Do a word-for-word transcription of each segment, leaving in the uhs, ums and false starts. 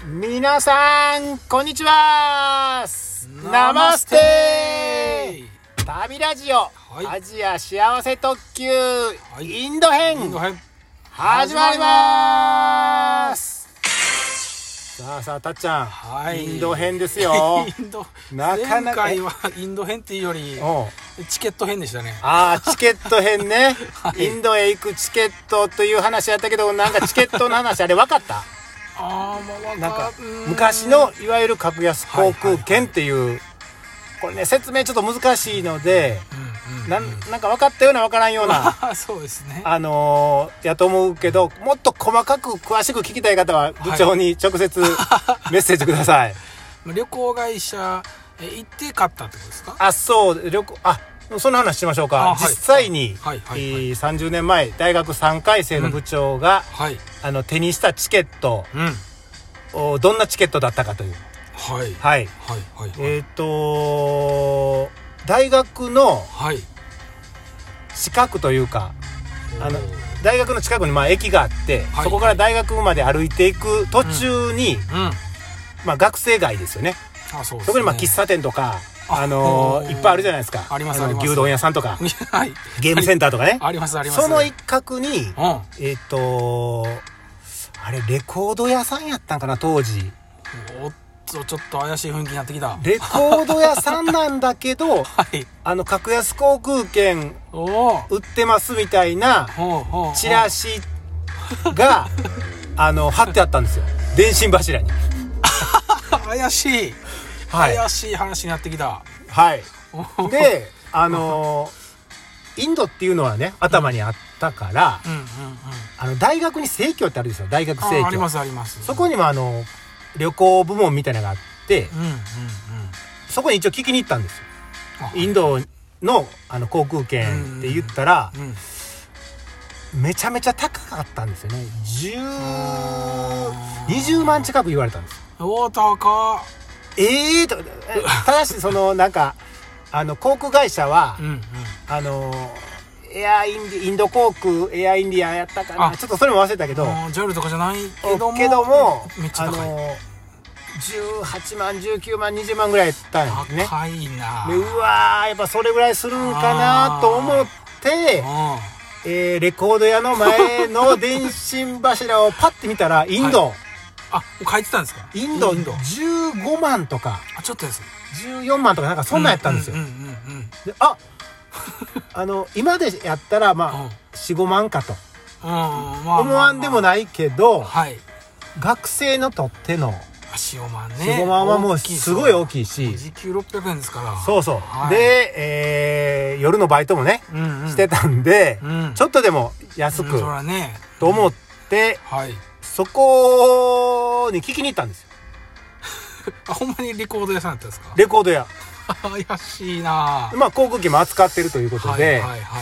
皆さんこんにちは。ナマステ旅ラジオ、はい、アジア幸せ特急、はい、インド編、インド編始まります。さあさあたっちゃん、はい、インド編ですよ。インドなかなか前回はインド編っていうよりチケット編でしたね。 ああチケット編ね、はい、インドへ行くチケットという話やったけど、なんかチケットの話あれ分かったあまあなんか昔のいわゆる格安航空券っていう、はいはいはい、これね説明ちょっと難しいので、うんうんうん、な, なんか分かったような分からんようなそうですね、 あのー、やと思うけど、もっと細かく詳しく聞きたい方は部長に直接メッセージください。 旅行会社行って買ったってことですか？ あ、そう旅行あその話しましょうか。実際に、はいはいはいはい、さんじゅうねんまえ大学さんかい生の部長が、うんはい、あの手にしたチケット、うん、どんなチケットだったかという、 はいはいはいはいはい、えっ、ー、と大学の近くというか、あの大学の近くにまあ駅があって、はい、そこから大学まで歩いていく途中に、うんうんまあ、学生街ですよね。あ、そうですね。そこにまあ喫茶店とかあのー、いっぱいあるじゃないですか。 ありますあります。 牛丼屋さんとか、はい、ゲームセンターとかね。 ありますあります。 その一角に、うん、えっ、ー、とあれレコード屋さんやったんかな当時。 おっとちょっと怪しい雰囲気になってきた。 レコード屋さんなんだけど、はい、あの格安航空券売ってますみたいなチラシがあの貼ってあったんですよ。電信柱に。 怪しい。はい、怪しい話になってきた。 はいであのー、インドっていうのはね頭にあったから、うんうんうんうん、あの大学に生協ってあるんですよ。大学生協あ, ありますあります。 そこにもあの旅行部門みたいなのがあって、うんうんうん、そこに一応聞きに行ったんですよ。インド の, あの航空券って言ったら、うんうんうん、めちゃめちゃ高かったんですよね。じゅう、にじゅうまん近く言われたんですよ。 おー高っ。 ええー、とただしそのなんかあの航空会社は、うんうん、あのエアインディインド航空エアインディアやったかな、ちょっとそれも忘れたけど、 ジャルとかじゃないけどもけどもめっちゃ高い。 あのじゅうはちまんじゅうきゅうまんにじゅうまんぐらいやったんですね。 高いな。 でうわーやっぱそれぐらいするんかなと思って、えー、レコード屋の前の電信柱をパッて見たらインド、はい、 あ、書いてたんですか？ インドじゅうごまんとか、 あ、ちょっとですじゅうよんまんとかなんかそんなんやったんですよ。で、あ、あの今でやったらまあ、うん、よん、ごまんかと、うんまあまあまあ、思わんでもないけど、はい、学生のとってのよん、ごまんね。 よん、ごまんはもうすごい大きいし、 時給ろっぴゃくえんですから。 そうそう。はい、で、えー、夜のバイトもね、うんうん、してたんで、うん、ちょっとでも安く、うんね、と思って、うん、はい。そこに聞きに行ったんですよ。 あ、ほんまにレコード屋さんだったんですか？ レコード屋。 怪しいな。 まあ航空機も扱ってるということで、はいはいはい、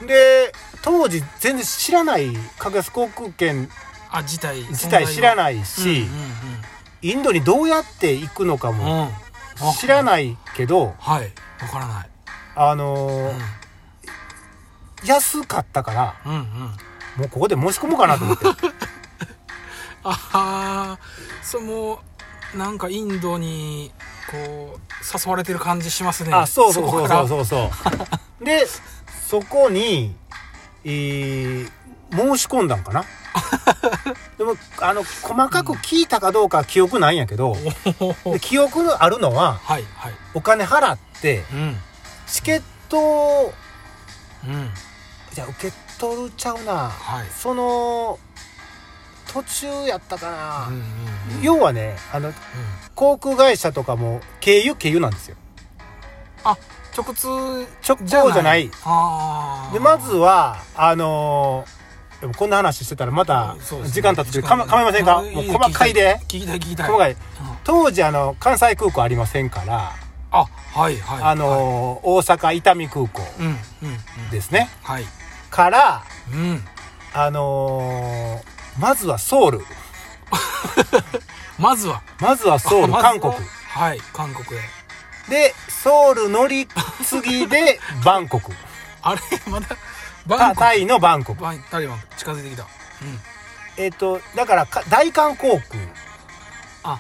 で当時全然知らない格安航空券あ自体自体知らないし、うんうんうん、インドにどうやって行くのかも知らないけど、うん、 はいわからない。 あのーうん、安かったから、うんうん、もうここで申し込もうかなと思って。 ああ、それもなんかインドにこう誘われてる感じしますね。 あ、そうそうそうそうそうそうでそこに、えー、申し込んだんかな。でもあの細かく聞いたかどうかは記憶ないんやけど、うん、で記憶のあるのは、はいはい、お金払って、うん、チケットを、うん、じゃあ受け取るちゃうな、はい、その途中やったかな、うんうんうん、要はねあの、うん、航空会社とかも経由経由なんですよ。 あ、直通直行じゃない。あでまずはあのー、でもこんな話してたらまた時間経つけどかまいませんか？もう細かいで聞きたい聞きたい。 細かい。当時あの関西空港ありませんから、 あ、はいはい、 あのーはい、大阪伊丹空港ですね、うんうんうん、はい、から、うん、あのーまずはソウルまずはまずはソウル、ま、韓国、 はい、韓国へでソウル乗り継ぎでバンコクあれまだバンコクタイのバンコクタイバン近づいてきた、うん、 えっ、ー、とだから大韓航空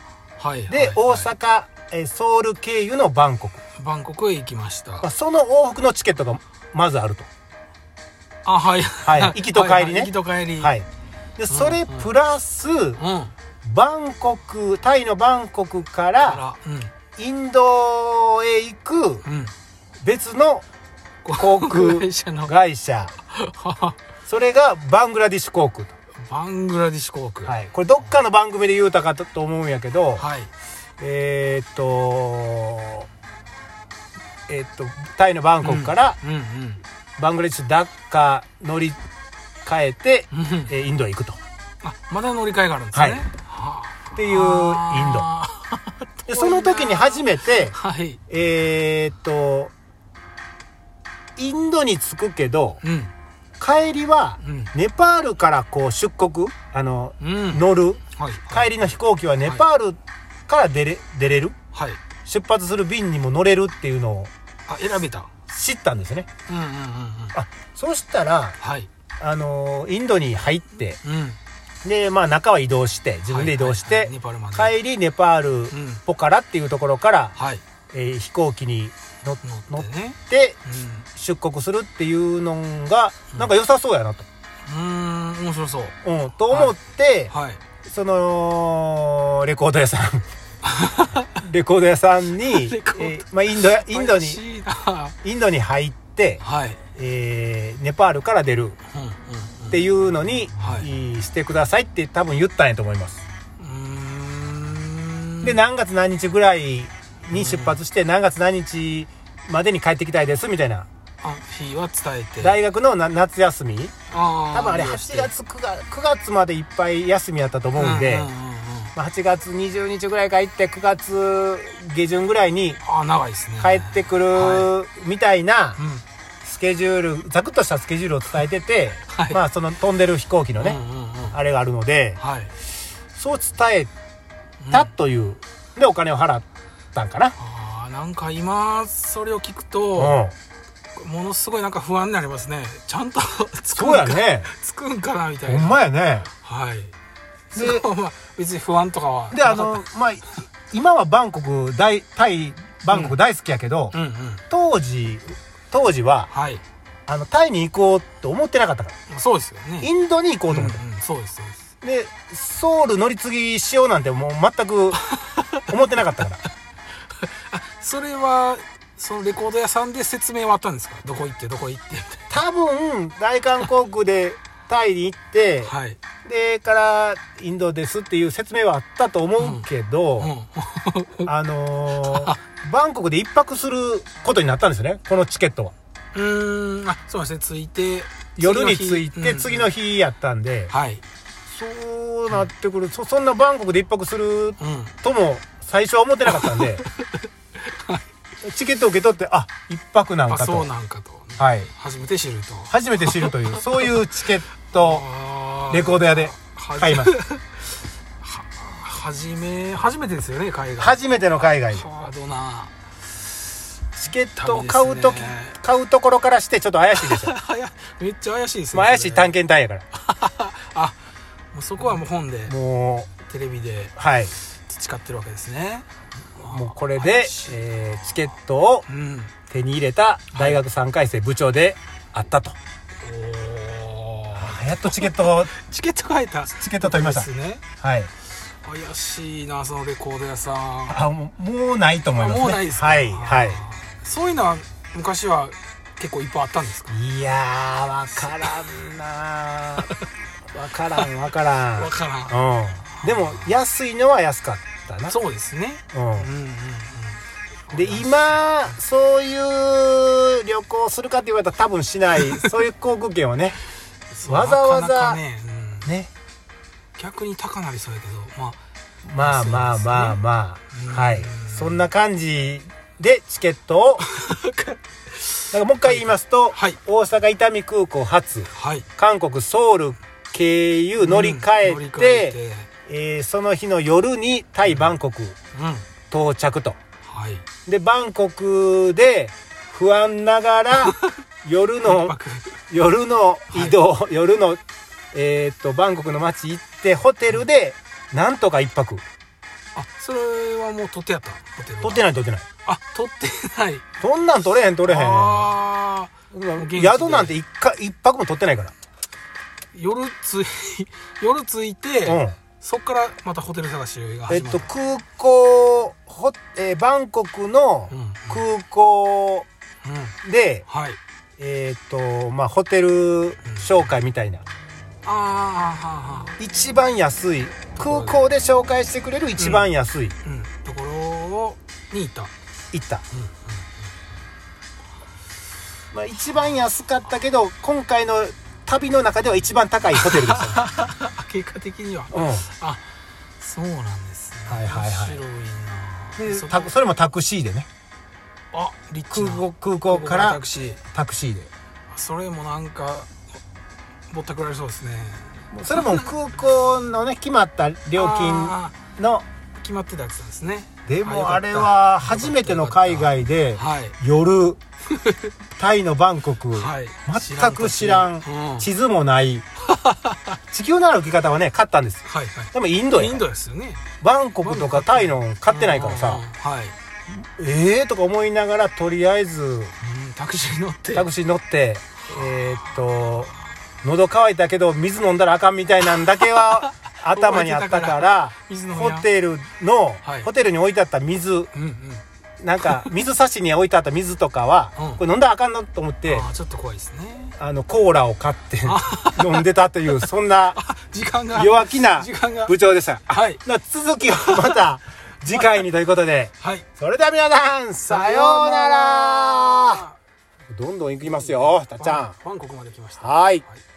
はいで、 はい大阪、えーソウル経由のバンコク、 バンコクへ行きました。 まあ、その往復のチケットがまずあると。 あ、はい。 はい行きと帰りねはいはい行きと帰り。 はいでそれプラス、 うん。 バンコクタイのバンコクからから、うん。 インドへ行くうん。 別の航空会社の。 会社それがバングラディッシュ航空と、 バングラディッシュ航空。 はい、これどっかの番組で言うたかと思うんやけど、 はい。 えーっとえーっとタイのバンコクからうんうん。 バングラディッシュダッカ乗り換えて、 うんうん。 えーインドへ行くとあ、まだ乗り換えがあるんですね。 はいはっていうインドあーでその時に初めてはい。 えーっとインドに着くけどうん。 帰りはうん。 ネパールからこう出国あのうん。 乗るはい。 帰りの飛行機はネパールから出れ出れるはい。 出発する便にも乗れるっていうのをあ、選べた。 知ったんですね。 うんうんうんうん。 あそしたらはい。 あのインドに入ってうん。 でまあ中は移動して自分で移動して、 はいはいはいネパールまで。 帰りネパールうん。 ポカラっていうところから、 はい。 えー飛行機に乗乗ってね。 ってう出国するっていうのがなんか良さそうやなと、 ん。うーん、面白そう。 うん、と思って、 はい。 そのレコード屋さんレコード屋さんに、 レコードえーまあ、インドインドに怪しいな。 インドに入って、 はい。 えーネパールから出るうんうんうん。 っていうのに、 はいいしてくださいって多分言ったんやと思います。 うーん。 で何月何日ぐらいに出発して何月何日までに帰ってきたいですみたいなあ、日は伝えて。 大学のな夏休みあー多分あれはちがつくがくがつまでいっぱい休みやったと思うんで、 うんうんうんうん。 まあ、はちがつにじゅうにちぐらいから行ってくがつ下旬ぐらいにあー、長いですね。 帰ってくはるみたいなうん。 スケジュールざくっとしたスケジュールを伝えてて、 はい。 まあその飛んでる飛行機のね、 うんうんうん。 あれがあるのではい。 そう伝えたという、でお金を払ったんかな。 ああ、なんか今それを聞くうと、 ん、 ものすごいなんか不安になりますね。ちゃんとつくそんか、 うやねつくんかなみたほんいな。 まやね。 はい。 でそう、まあ別に不安とかはであなかっのまあ今はバンコク大タイバンコク大好きやけど、 た。うんうん。 当時当時ははい。 あのタイに行こうと思ってなかったからそうですよね。 インドに行こうと思って、 うんうん、そうですそうです。 でソウル乗り継ぎしようなんてもう全く思ってなかったからそれはそのレコード屋さんで説明はあったんですか？どこ行ってどこ行ってみ多分大韓航空でタイに行ってたいな。はい。 でからインドですっていう説明はあったと思うけど、 うん。 あのーバンコクで一泊することになったんですよねこのチケットは。 うーん。あ、そうですね。着いて夜に着いて次の日。 日やったんで、 うんはい。 そうなってくるそそんなバンコクで一泊するうん。 とも最初は思ってなかったんでチケットを受け取ってあ一泊なんあ、 かとそうなんかと。 はい初めて知ると。 初めて知るというそういうチケットあーレコード屋では買いましたはじめ初めてですよね、海外。 初めての海外でハードなチケットを買うとき、買うところからしてちょっと怪しいでしょはやめっちゃ怪しいですね。 まあ怪しい探検検隊やからあ、もうそこはもう本でもテレビでうはい培ってるわけですね。 もうこれで怪、しいえーチケットをうん。 手に入れた大学さんかい生部長であったと、 おーやっとチケットをチケット買えた。 チケット取りましたですね。 はい怪しいな、そのレコード屋さん。 あもうもうないと思いますねもうないですか？ はいはいそういうのは昔は結構いっぱいあったんですか？ いやーわからんなわからんわからんわからん。 うんでも安いのは安かったなそうですね。 うんうんうんうん。 で今そういう旅行するかって言われたら多分しないそういう航空券はねそうわざわざなかなかね、うんね逆に高なりそうやけど、まあまあまあまあまうんあはいそんな感じでチケットをだからもう一回言いますと、 はい大阪伊丹空港発はい。 韓国ソウル経由乗り換えて、 うん乗り換えてえーその日の夜にタイバンコクうん。 到着とはい。 でバンコクで不安ながら夜の一泊夜の移動、夜のえーっとバンコクの街行ってホテルでなんとか一泊あ、それはもう取ってやったホテルは。 取ってない取ってない。 あ、取ってない。 そんなん取れへん取れへん。 あ宿なんて一か一泊も取ってないから。 夜つい夜着いて、 うん、 そっからまたホテル探しが始まる。 えっと空港ほ、えー、バンコクの空港で、 うんうん、はい、 えっとまあホテル紹介みたいな、うん、 ああ、はは一番安い空港で紹介してくれる一番安い、 うんうん、ところに行った行った、 うんうん、 まあ、一番安かったけど今回の旅の中では一番高いホテルでしたね結果的には、 うん、 あ、そうなんですね。 はいはいはい、 面白いな。 でそ, たそれもタクシーでね。 あ、リッチな空港、空港からタクシータクシーで。 それもなんかぼったくられそうですね。 それも空港のね決まった料金の決まってたやつですね。 でもあれは初めての海外で、 はい、 夜タイのバンコク、はい、全く知らん、うん、地図もない地球の歩き方はね買ったんです、はいはい、でもインドやインドですよね。 バンコクとかタイの買ってないからさ、 はい、 ええーとか思いながらとりあえず、うん、 タクシー乗ってタクシー乗ってえー、っと喉乾いたけど水飲んだらあかんみたいなんだけは頭にあったからホテルの、はい、ホテルに置いてあった水、うんうん、なんか水差しに置いてあった水とかは、うん、これ飲んだらあかんのと思ってあちょっと怖いですね。 あのコーラを買って飲んでたというそんな時間が弱気な部長でした。 はい、 続きをまた次回にということで、 はい、 それでは皆さんさようなら。どんどん行きますよたっちゃん。 バンコクまで来ました。 はい、はい。